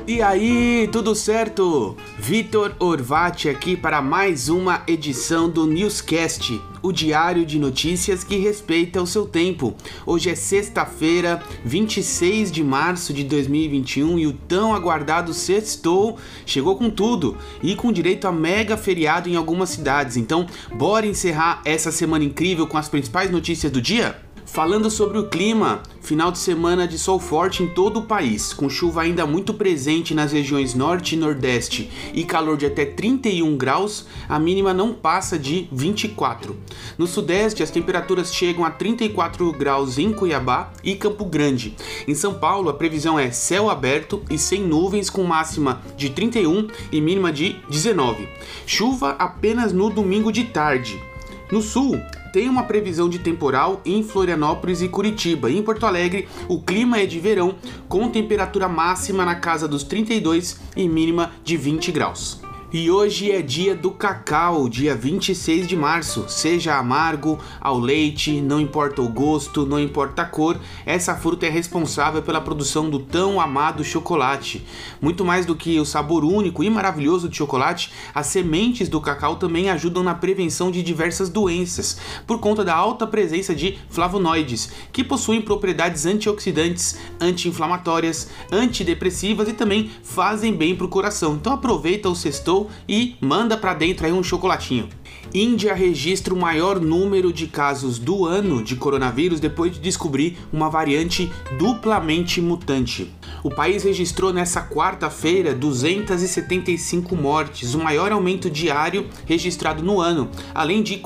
E aí, tudo certo? Vitor Orvati aqui para mais uma edição do Newscast, o diário de notícias que respeita o seu tempo. Hoje é sexta-feira, 26 de março de 2021 e o tão aguardado sextou chegou com tudo e com direito a mega feriado em algumas cidades. Então, bora encerrar essa semana incrível com as principais notícias do dia? Falando sobre o clima, final de semana de sol forte em todo o país, com chuva ainda muito presente nas regiões norte e nordeste e calor de até 31 graus, a mínima não passa de 24. No sudeste, as temperaturas chegam a 34 graus em Cuiabá e Campo Grande. Em São Paulo, a previsão é céu aberto e sem nuvens, com máxima de 31 e mínima de 19. Chuva apenas no domingo de tarde. No sul, tem uma previsão de temporal em Florianópolis e Curitiba. E em Porto Alegre, o clima é de verão, com temperatura máxima na casa dos 32 e mínima de 20 graus. E hoje é dia do cacau, dia 26 de março. Seja amargo, ao leite, não importa o gosto, não importa a cor, essa fruta é responsável pela produção do tão amado chocolate. Muito mais do que o sabor único e maravilhoso de chocolate, as sementes do cacau também ajudam na prevenção de diversas doenças, por conta da alta presença de flavonoides, que possuem propriedades antioxidantes, anti-inflamatórias, antidepressivas e também fazem bem para o coração. Então aproveita o sextou e manda pra dentro aí um chocolatinho. Índia registra o maior número de casos do ano de coronavírus depois de descobrir uma variante duplamente mutante. O país registrou nessa quarta-feira 275 mortes, o maior aumento diário registrado no ano, além de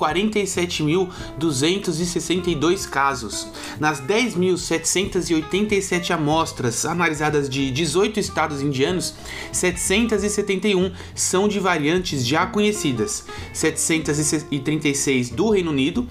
47.262 casos. Nas 10.787 amostras analisadas de 18 estados indianos, 771 são de variantes já conhecidas, 736 do Reino Unido,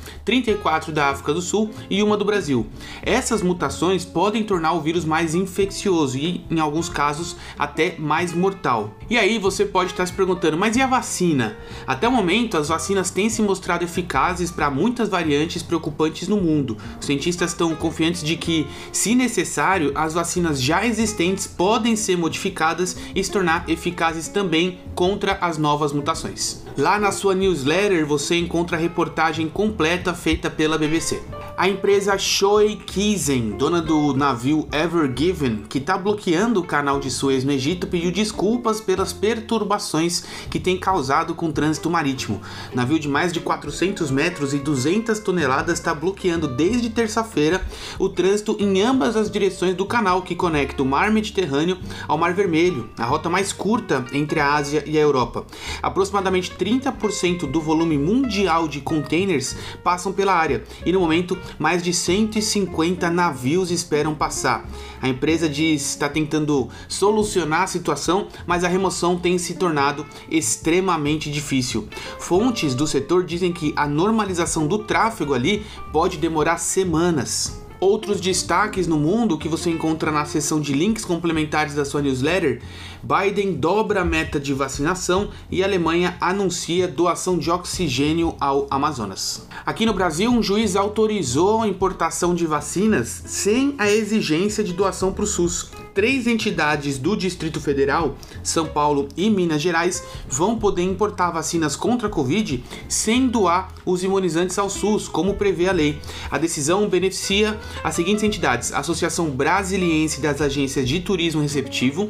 34 da África do Sul e uma do Brasil. Essas mutações podem tornar o vírus mais infeccioso e, em alguns casos, até mais mortal. E aí você pode estar se perguntando, mas e a vacina? Até o momento, as vacinas têm se mostrado eficazes para muitas variantes preocupantes no mundo. Os cientistas estão confiantes de que, se necessário, as vacinas já existentes podem ser modificadas e se tornar eficazes também contra as novas mutações. Lá na sua newsletter você encontra a reportagem completa feita pela BBC. A empresa Shoei Kisen, dona do navio Ever Given, que está bloqueando o canal de Suez no Egito, pediu desculpas pelas perturbações que tem causado com o trânsito marítimo. O navio de mais de 400 metros e 200 toneladas está bloqueando desde terça-feira o trânsito em ambas as direções do canal que conecta o Mar Mediterrâneo ao Mar Vermelho, a rota mais curta entre a Ásia e a Europa. Aproximadamente 30% do volume mundial de containers passam pela área e, no momento, mais de 150 navios esperam passar. A empresa diz que está tentando solucionar a situação, mas a remoção tem se tornado extremamente difícil. Fontes do setor dizem que a normalização do tráfego ali pode demorar semanas. Outros destaques no mundo que você encontra na seção de links complementares da sua newsletter: Biden dobra a meta de vacinação e a Alemanha anuncia doação de oxigênio ao Amazonas. Aqui no Brasil, um juiz autorizou a importação de vacinas sem a exigência de doação para o SUS. 3 entidades do Distrito Federal, São Paulo e Minas Gerais, vão poder importar vacinas contra a Covid sem doar os imunizantes ao SUS, como prevê a lei. A decisão beneficia as seguintes entidades: a Associação Brasiliense das Agências de Turismo Receptivo,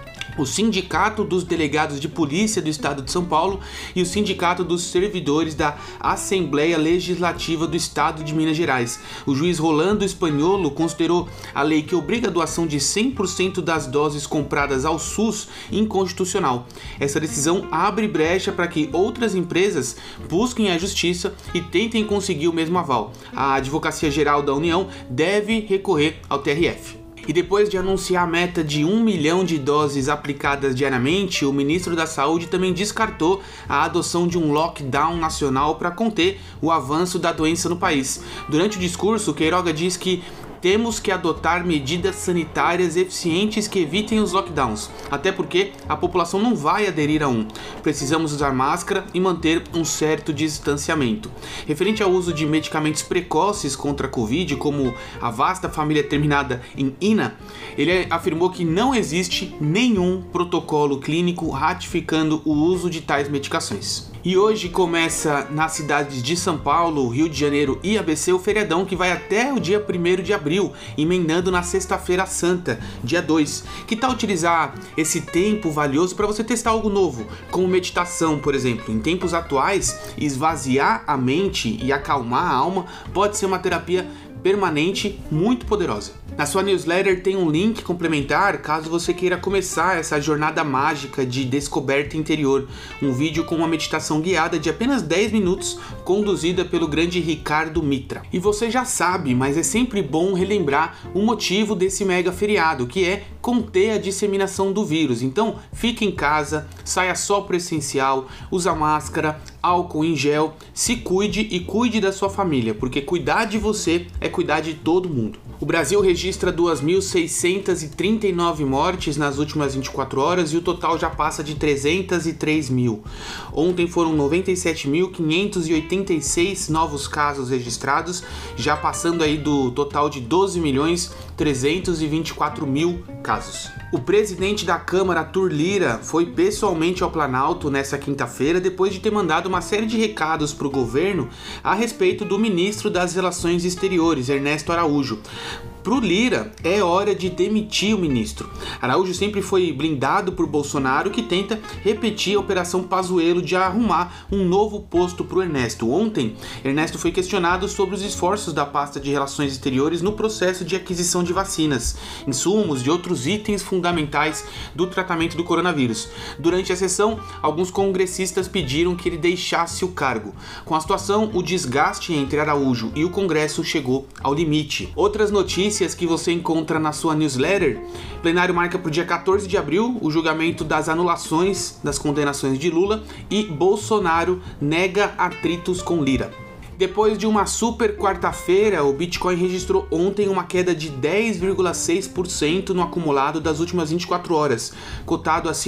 o Sindicato dos Delegados de Polícia do Estado de São Paulo e o Sindicato dos Servidores da Assembleia Legislativa do Estado de Minas Gerais. O juiz Rolando Spaniolo considerou a lei que obriga a doação de 100% das doses compradas ao SUS inconstitucional. Essa decisão abre brecha para que outras empresas busquem a justiça e tentem conseguir o mesmo aval. A Advocacia Geral da União deve recorrer ao TRF. E depois de anunciar a meta de 1 milhão de doses aplicadas diariamente, o ministro da Saúde também descartou a adoção de um lockdown nacional para conter o avanço da doença no país. Durante o discurso, Queiroga diz que Temos que adotar medidas sanitárias eficientes que evitem os lockdowns, até porque a população não vai aderir a um. Precisamos usar máscara e manter um certo distanciamento. Referente ao uso de medicamentos precoces contra a Covid, como a vasta família terminada em INA, ele afirmou que não existe nenhum protocolo clínico ratificando o uso de tais medicações. E hoje começa nas cidades de São Paulo, Rio de Janeiro e ABC o feriadão que vai até o dia 1º de abril, emendando na Sexta-feira Santa, dia 2. Que tal utilizar esse tempo valioso para você testar algo novo, como meditação, por exemplo? Em tempos atuais, esvaziar a mente e acalmar a alma pode ser uma terapia permanente muito poderosa. Na sua newsletter tem um link complementar caso você queira começar essa jornada mágica de descoberta interior. Um vídeo com uma meditação guiada de apenas 10 minutos, conduzida pelo grande Ricardo Mitra. E você já sabe, mas é sempre bom relembrar o motivo desse mega feriado, que é conter a disseminação do vírus. Então, fique em casa, saia só pro essencial, usa máscara, álcool em gel, se cuide e cuide da sua família, porque cuidar de você é cuidar de todo mundo. O Brasil registra 2.639 mortes nas últimas 24 horas e o total já passa de 303 mil. Ontem foram 97.586 novos casos registrados, já passando aí do total de 12.324.000 casos. O presidente da Câmara, Arthur Lira, foi pessoalmente ao Planalto nessa quinta-feira depois de ter mandado uma série de recados para o governo a respeito do ministro das Relações Exteriores, Ernesto Araújo. Para o Lira, é hora de demitir o ministro. Araújo sempre foi blindado por Bolsonaro, que tenta repetir a Operação Pazuello de arrumar um novo posto para o Ernesto. Ontem, Ernesto foi questionado sobre os esforços da pasta de Relações Exteriores no processo de aquisição de vacinas, insumos e outros itens fundamentais do tratamento do coronavírus. Durante a sessão, alguns congressistas pediram que ele deixasse o cargo. Com a situação, o desgaste entre Araújo e o Congresso chegou ao limite. Outras notícias que você encontra na sua newsletter: plenário marca para o dia 14 de abril o julgamento das anulações das condenações de Lula e Bolsonaro nega atritos com Lira. Depois de uma super quarta-feira, o Bitcoin registrou ontem uma queda de 10,6% no acumulado das últimas 24 horas, cotado a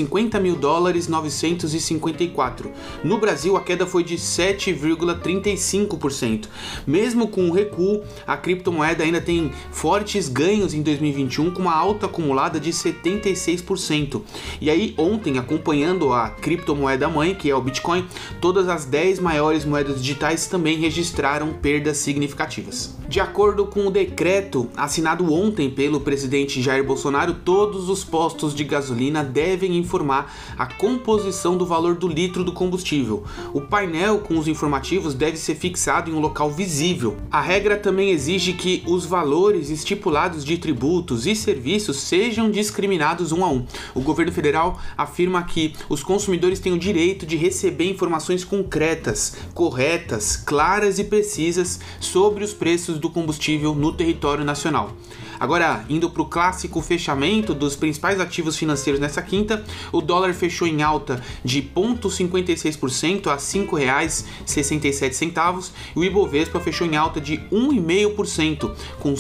$50.954. No Brasil, a queda foi de 7,35%. Mesmo com o recuo, a criptomoeda ainda tem fortes ganhos em 2021, com uma alta acumulada de 76%. E aí, ontem, acompanhando a criptomoeda mãe, que é o Bitcoin, todas as 10 maiores moedas digitais também registraram perdas significativas. De acordo com o decreto assinado ontem pelo presidente Jair Bolsonaro, todos os postos de gasolina devem informar a composição do valor do litro do combustível. O painel com os informativos deve ser fixado em um local visível. A regra também exige que os valores estipulados de tributos e serviços sejam discriminados um a um. O governo federal afirma que os consumidores têm o direito de receber informações concretas, corretas, claras e precisas sobre os preços do combustível no território nacional. Agora, indo para o clássico fechamento dos principais ativos financeiros nessa quinta, o dólar fechou em alta de 0,56% a R$ 5,67 e o Ibovespa fechou em alta de 1,5%, com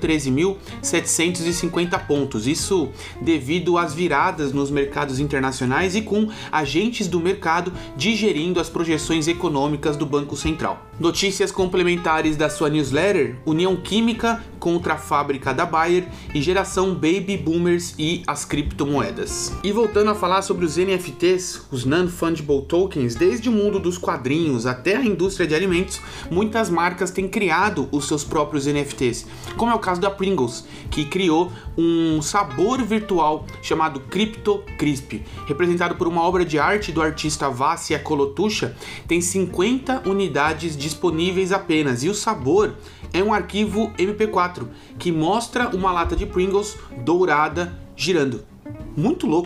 113.750 pontos. Isso devido às viradas nos mercados internacionais e com agentes do mercado digerindo as projeções econômicas do Banco Central. Notícias complementares da sua newsletter: União Química contra a fábrica da Bayer e geração Baby Boomers e as criptomoedas. E voltando a falar sobre os NFTs, os Non-Fungible Tokens, desde o mundo dos quadrinhos até a indústria de alimentos, muitas marcas têm criado os seus próprios NFTs, como é o caso da Pringles, que criou um sabor virtual chamado Crypto Crisp, representado por uma obra de arte do artista Vassia Colotusha. Tem 50 unidades disponíveis apenas, e o sabor é um arquivo MP4 que mostra uma lata de Pringles dourada girando. Muito louco, né?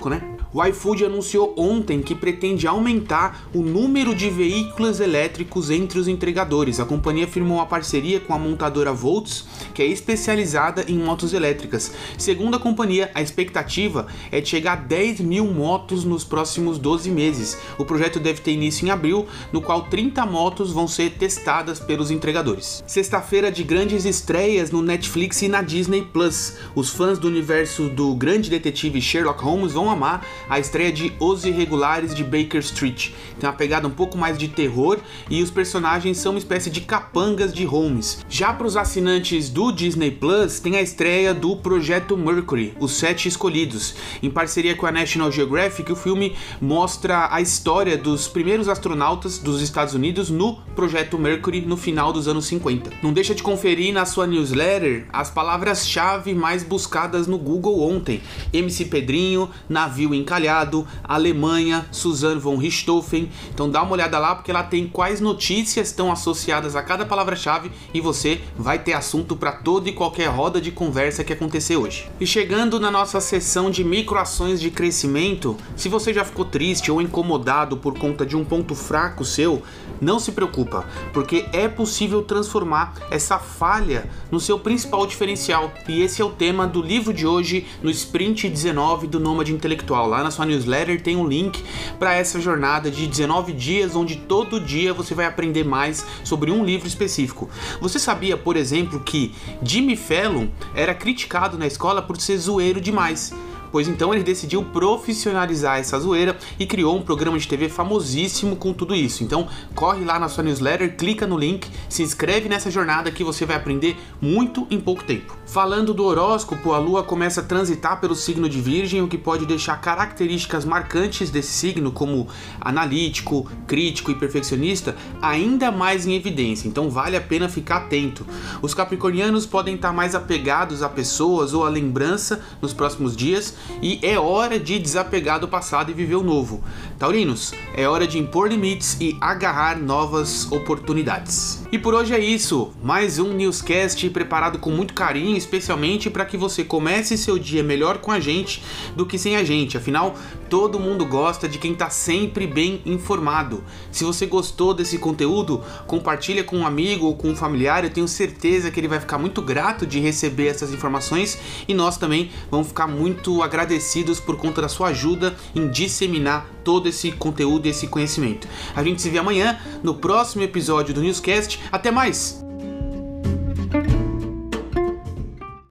O iFood anunciou ontem que pretende aumentar o número de veículos elétricos entre os entregadores. A companhia firmou uma parceria com a montadora Volts, que é especializada em motos elétricas. Segundo a companhia, a expectativa é de chegar a 10 mil motos nos próximos 12 meses. O projeto deve ter início em abril, no qual 30 motos vão ser testadas pelos entregadores. Sexta-feira de grandes estreias no Netflix e na Disney Plus. Os fãs do universo do grande detetive Sherlock Holmes vão amar a estreia de Os Irregulares de Baker Street. Tem uma pegada um pouco mais de terror e os personagens são uma espécie de capangas de Holmes. Já para os assinantes do Disney Plus, tem a estreia do Projeto Mercury, Os Sete Escolhidos. Em parceria com a National Geographic, o filme mostra a história dos primeiros astronautas dos Estados Unidos no Projeto Mercury no final dos anos 50. Não deixa de conferir na sua newsletter as palavras-chave mais buscadas no Google ontem: MC Pedrinho, navio encalhado, Alemanha, Suzanne von Richthofen. Então dá uma olhada lá, porque ela tem quais notícias estão associadas a cada palavra-chave e você vai ter assunto para toda e qualquer roda de conversa que acontecer hoje. E chegando na nossa sessão de microações de crescimento, se você já ficou triste ou incomodado por conta de um ponto fraco seu, não se preocupa, porque é possível transformar essa falha no seu principal diferencial. E esse é o tema do livro de hoje, no Sprint 19 do Nômade Intelectual. Lá na sua newsletter tem um link para essa jornada de 19 dias, onde todo dia você vai aprender mais sobre um livro específico. Você sabia, por exemplo, que Jimmy Fallon era criticado na escola por ser zoeiro demais? Pois então ele decidiu profissionalizar essa zoeira e criou um programa de TV famosíssimo com tudo isso. Então corre lá na sua newsletter, clica no link, se inscreve nessa jornada que você vai aprender muito em pouco tempo. Falando do horóscopo, a Lua começa a transitar pelo signo de Virgem, o que pode deixar características marcantes desse signo, como analítico, crítico e perfeccionista, ainda mais em evidência. Então vale a pena ficar atento. Os capricornianos podem estar mais apegados a pessoas ou a lembrança nos próximos dias, e é hora de desapegar do passado e viver o novo. Taurinos, é hora de impor limites e agarrar novas oportunidades. E por hoje é isso, mais um newscast preparado com muito carinho, especialmente para que você comece seu dia melhor com a gente do que sem a gente. Afinal, todo mundo gosta de quem está sempre bem informado. Se você gostou desse conteúdo, compartilha com um amigo ou com um familiar. Eu tenho certeza que ele vai ficar muito grato de receber essas informações, e nós também vamos ficar muito agradecidos por conta da sua ajuda em disseminar todo esse conteúdo e esse conhecimento. A gente se vê amanhã no próximo episódio do Newscast. Até mais!